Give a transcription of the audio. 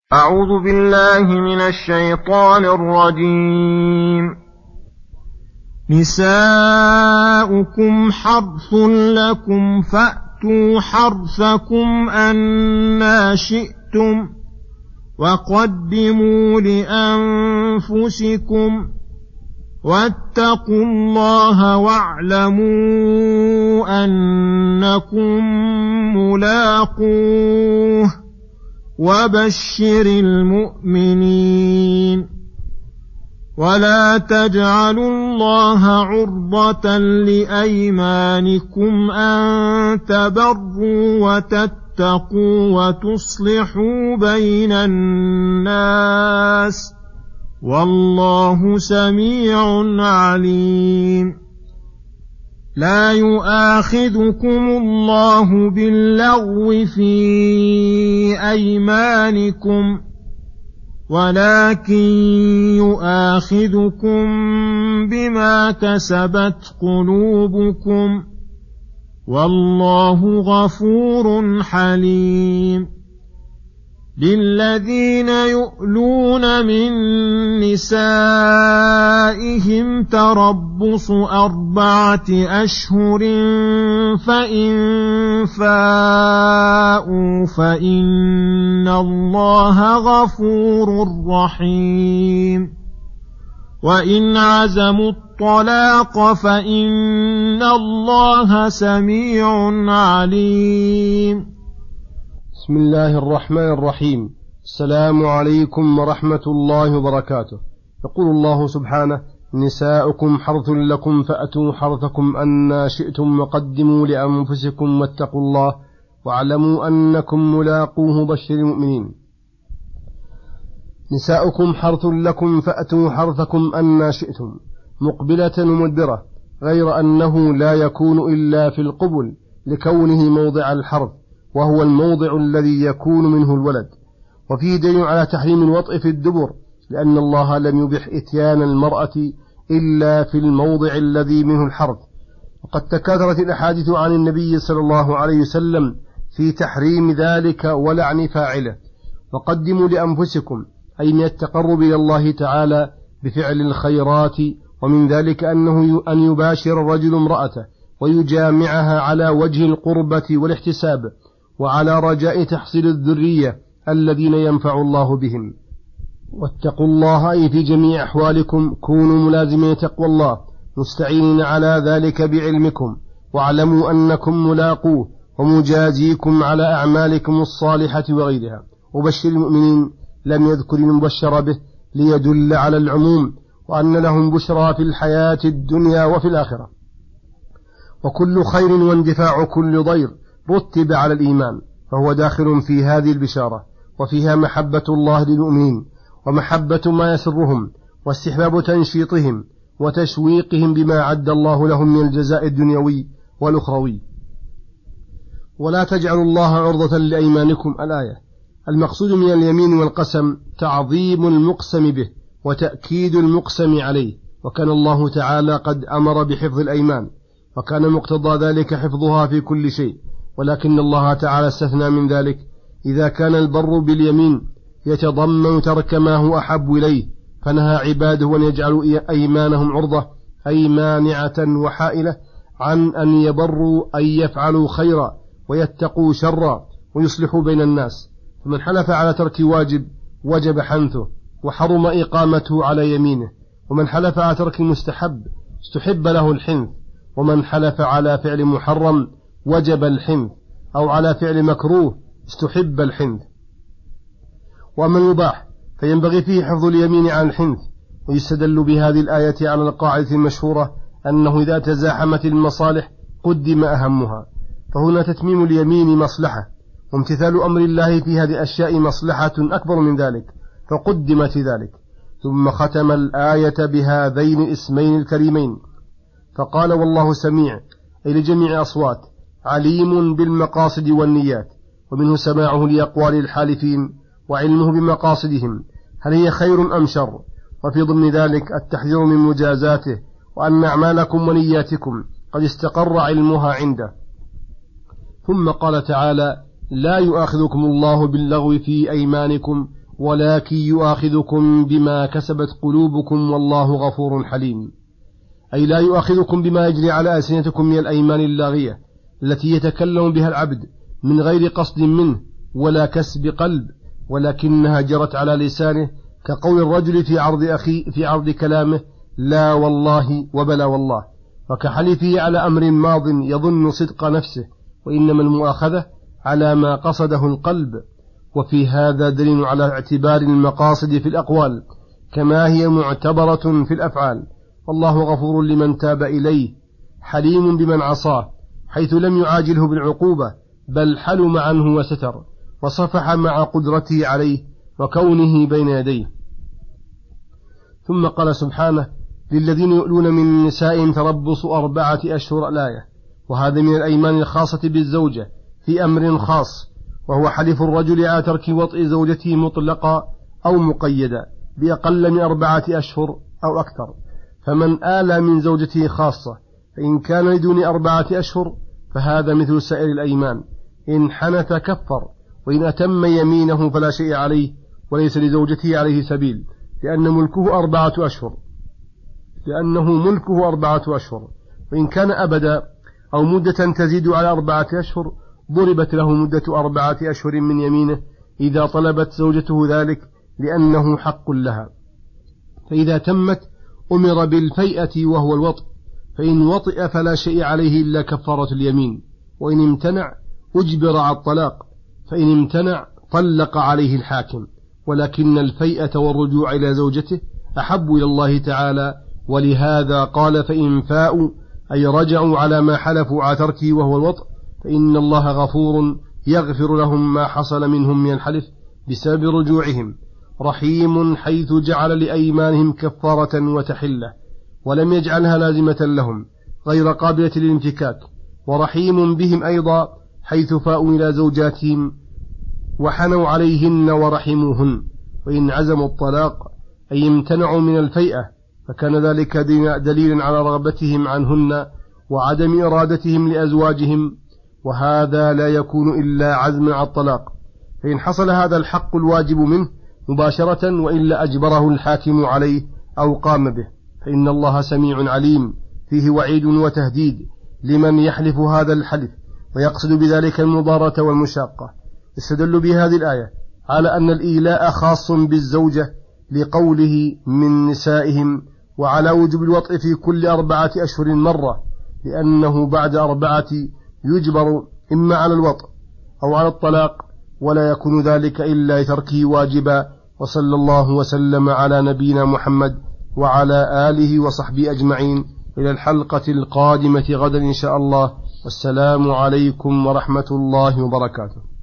أعوذ بالله من الشيطان الرجيم. نساؤكم حرث لكم فأتوا حرثكم أنى شئتم وقدموا لأنفسكم واتقوا الله واعلموا أنكم ملاقوه وبشر المؤمنين. ولا تجعلوا الله عرضة لأيمانكم أن تبروا وتتقوا وتصلحوا بين الناس والله سميع عليم. لا يؤاخذكم الله باللغو في أيمانكم ولكن يؤاخذكم بما كسبت قلوبكم والله غفور حليم. للذين يؤلون من نسائهم تربص 4 أشهر فإن فاءوا فإن الله غفور رحيم. وإن عزموا الطلاق فإن الله سميع عليم. بسم الله الرحمن الرحيم. السلام عليكم ورحمة الله وبركاته. يقول الله سبحانه: نساؤكم حرث لكم فأتوا حرثكم أنى شئتم وقدموا لأنفسكم واتقوا الله واعلموا أنكم ملاقوه بشر المؤمنين. نساؤكم حرث لكم فأتوا حرثكم أنى شئتم، مقبلة ومدبرة، غير أنه لا يكون إلا في القبل لكونه موضع الحرث، وهو الموضع الذي يكون منه الولد. وفيه دليل على تحريم الوطء في الدبر، لأن الله لم يبح إتيان المرأة إلا في الموضع الذي منه الحرث. وقد تكاثرت الأحاديث عن النبي صلى الله عليه وسلم في تحريم ذلك ولعن فاعله. وقدموا لأنفسكم، أي من التقرب إلى الله تعالى بفعل الخيرات، ومن ذلك أن يباشر الرجل امرأته ويجامعها على وجه القربة والاحتساب، وعلى رجاء تحصيل الذرية الذين ينفع الله بهم. واتقوا الله، أي في جميع أحوالكم كونوا ملازمين تقوى الله مستعينين على ذلك بعلمكم، واعلموا أنكم ملاقوه ومجازيكم على أعمالكم الصالحة وغيرها. وبشر المؤمنين لم يذكر المبشر به ليدل على العموم، وأن لهم بشرى في الحياة الدنيا وفي الآخرة. وكل خير واندفاع كل ضير رتب على الإيمان، فهو داخل في هذه البشارة، وفيها محبة الله للمؤمنين ومحبة ما يسرهم واستحباب تنشيطهم وتشويقهم بما عد الله لهم من الجزاء الدنيوي والأخروي. ولا تجعلوا الله عرضة لأيمانكم. الآية. المقصود من اليمين والقسم تعظيم المقسم به وتأكيد المقسم عليه، وكان الله تعالى قد أمر بحفظ الأيمان، وكان مقتضى ذلك حفظها في كل شيء، ولكن الله تعالى استثنى من ذلك إذا كان البر باليمين يتضمن ترك ما هو أحب إليه، فنهى عباده أن يجعلوا أيمانهم عرضة، أي مانعة وحائلة عن أن يبروا، أن يفعلوا خيرا ويتقوا شرا ويصلحوا بين الناس. فمن حلف على ترك واجب وجب حنثه وحرم إقامته على يمينه، ومن حلف على ترك مستحب استحب له الحنث، ومن حلف على فعل محرم وجب الحنث، أو على فعل مكروه استحب الحنث. وأما المباح فينبغي فيه حفظ اليمين عن الحنث. ويستدل بهذه الآية على القاعدة المشهورة أنه إذا تزاحمت المصالح قدم أهمها، فهنا تتميم اليمين مصلحة، وامتثال أمر الله في هذه الأشياء مصلحة أكبر من ذلك، فقدمت ذلك. ثم ختم الآية بهذين الاسمين الكريمين، فقال: والله سميع، أي لجميع أصوات، عليم بالمقاصد والنيات، ومنه سماعه لأقوال الحالفين وعلمه بمقاصدهم، هل هي خير أم شر. وفي ضمن ذلك التحذير من مجازاته، وأن أعمالكم ونياتكم قد استقر علمها عنده. ثم قال تعالى: لا يؤاخذكم الله باللغو في أيمانكم ولكن يؤاخذكم بما كسبت قلوبكم والله غفور حليم. أي لا يؤاخذكم بما يجري على ألسنتكم من الأيمان اللاغية التي يتكلم بها العبد من غير قصد منه ولا كسب قلب، ولكنها جرت على لسانه، كقول الرجل في عرض كلامه لا والله وبلا والله، وكحلفه على أمر ماض يظن صدق نفسه، وإنما المؤاخذة على ما قصده القلب. وفي هذا دليل على اعتبار المقاصد في الأقوال كما هي معتبرة في الأفعال، والله غفور لمن تاب إليه حليم بمن عصاه، حيث لم يعاجله بالعقوبة بل حلم عنه وستر وصفح مع قدرته عليه وكونه بين يديه. ثم قال سبحانه: للذين يؤلون من نسائهم تربص 4 أشهر الآية. وهذا من الأيمان الخاصة بالزوجة في أمر خاص، وهو حلف الرجل على ترك وطئ زوجته مطلقا أو مقيدا بأقل من 4 أشهر أو أكثر. فمن آلى من زوجته خاصة فإن كان لدون 4 أشهر فهذا مثل سائر الأيمان، إن حنث كفر، وإن أتم يمينه فلا شيء عليه وليس لزوجته عليه سبيل، لأنه ملكه 4 أشهر. وإن كان أبدا أو مدة تزيد على 4 أشهر ضربت له مدة 4 أشهر من يمينه إذا طلبت زوجته ذلك، لأنه حق لها. فإذا تمت أمر بالفيئة وهو الوطء، فإن وطئ فلا شيء عليه إلا كفارة اليمين، وإن امتنع أجبر على الطلاق، فإن امتنع طلق عليه الحاكم. ولكن الفيئة والرجوع إلى زوجته أحب إلى الله تعالى، ولهذا قال: فإن فاءوا أي رجعوا على ما حلفوا على تركه وهو الوطء فإن الله غفور يغفر لهم ما حصل منهم من الحلف بسبب رجوعهم، رحيم حيث جعل لأيمانهم كفارة وتحلة ولم يجعلها لازمة لهم غير قابلة للانفكاك، ورحيم بهم أيضا حيث فاءوا إلى زوجاتهم وحنوا عليهن ورحموهن. وإن عزموا الطلاق أي امتنعوا من الفيئة فكان ذلك دليلا على رغبتهم عنهن وعدم إرادتهم لأزواجهم، وهذا لا يكون إلا عزما على الطلاق. فإن حصل هذا الحق الواجب منه مباشرة، وإلا أجبره الحاكم عليه أو قام به، فإن الله سميع عليم فيه وعيد وتهديد لمن يحلف هذا الحلف ويقصد بذلك المضارة والمشاقة. استدل بهذه الآية على أن الإيلاء خاص بالزوجة لقوله من نسائهم، وعلى وجوب الوطء في كل 4 أشهر مرة، لأنه بعد 4 يجبر إما على الوطء أو على الطلاق، ولا يكون ذلك إلا لتركه واجبا. وصلى الله وسلم على نبينا محمد وعلى آله وصحبه أجمعين، إلى الحلقة القادمة غدا إن شاء الله، والسلام عليكم ورحمة الله وبركاته.